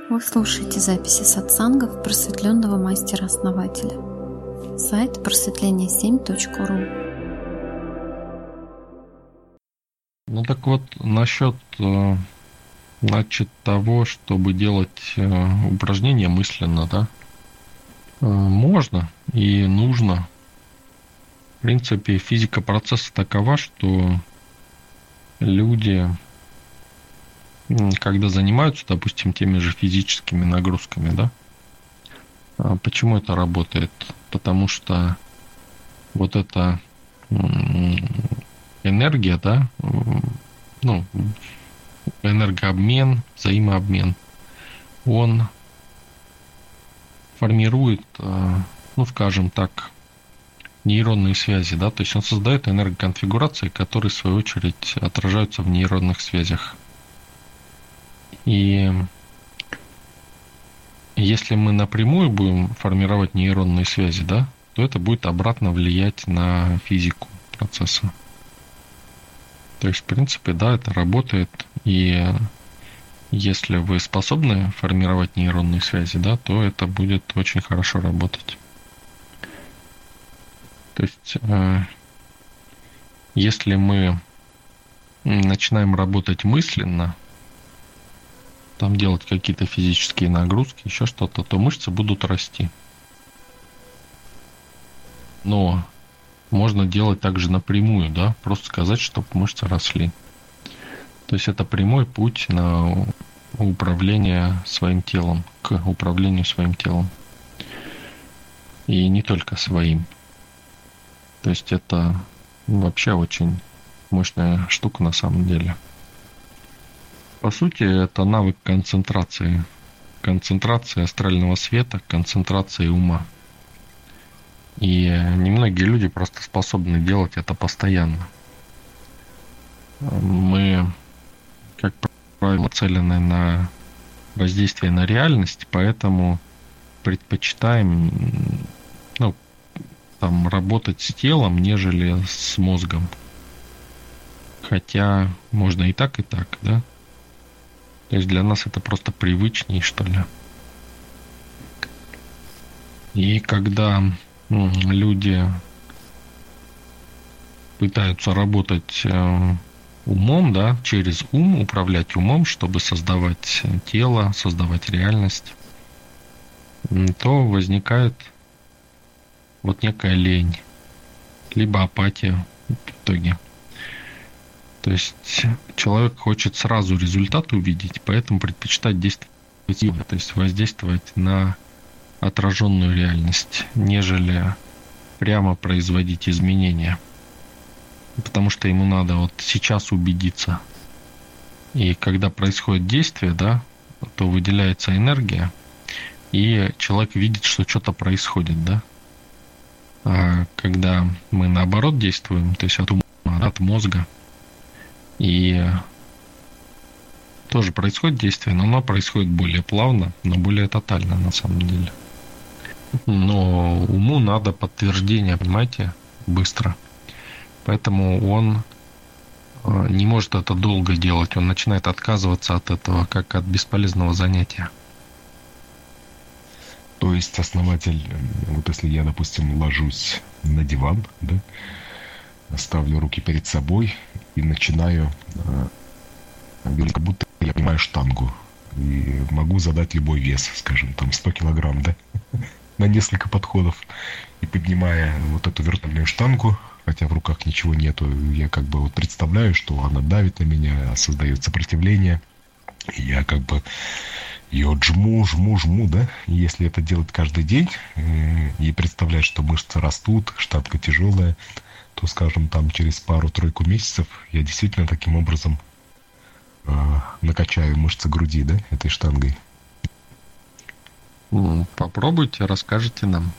Вы слушаете записи сатсангов просветленного мастера-основателя. Сайт просветление7.ру. Ну так вот, насчет того, чтобы делать упражнения мысленно, да, можно и нужно. В принципе, физика процесса такова, что люди, когда занимаются, допустим, теми же физическими нагрузками, да, почему это работает? Потому что вот эта энергия, да, ну, энергообмен, взаимообмен, он формирует, ну, скажем так, нейронные связи, да, то есть он создает энергоконфигурации, которые, в свою очередь, отражаются в нейронных связях. И если мы напрямую будем формировать нейронные связи, да, то это будет обратно влиять на физику процесса. То есть, в принципе, да, это работает, и если вы способны формировать нейронные связи, да, то это будет очень хорошо работать. То есть, если мы начинаем работать мысленно, там делать какие-то физические нагрузки, еще что-то, то мышцы будут расти. Но можно делать также напрямую, да, просто сказать, чтобы мышцы росли. То есть это прямой путь на управление своим телом, к управлению своим телом. И не только своим. То есть это вообще очень мощная штука на самом деле. По сути, это навык концентрации. Концентрации астрального света, концентрации ума. И немногие люди просто способны делать это постоянно. Мы, как правило, нацелены на воздействие на реальность, поэтому предпочитаем, ну, там, работать с телом, нежели с мозгом. Хотя можно и так, да? То есть для нас это просто привычнее, что ли. И когда люди пытаются работать умом, да, через ум, управлять умом, чтобы создавать тело, создавать реальность, то возникает вот некая лень, либо апатия в итоге. То есть человек хочет сразу результат увидеть, поэтому предпочитает действовать, то есть воздействовать на отраженную реальность, нежели прямо производить изменения. Потому что ему надо вот сейчас убедиться. И когда происходит действие, да, то выделяется энергия, и человек видит, что что-то происходит, да. А когда мы наоборот действуем, то есть от ума, от мозга, и тоже происходит действие, но оно происходит более плавно, но более тотально на самом деле. Но уму надо подтверждение, понимаете, быстро. Поэтому он не может это долго делать, он начинает отказываться от этого, как от бесполезного занятия. То есть основатель, вот если я, допустим, ложусь на диван, да, ставлю руки перед собой и начинаю, как будто я понимаю штангу, и могу задать любой вес, скажем, там 100 килограмм, да, на несколько подходов, и поднимая вот эту вертольную штангу, хотя в руках ничего нету, я как бы вот представляю, что она давит на меня, создает сопротивление, и я как бы ее жму, да, и если это делать каждый день, и представлять, что мышцы растут, штанга тяжелая, то, скажем, там через пару-тройку месяцев я действительно таким образом накачаю мышцы груди, да, этой штангой. Попробуйте, расскажите нам.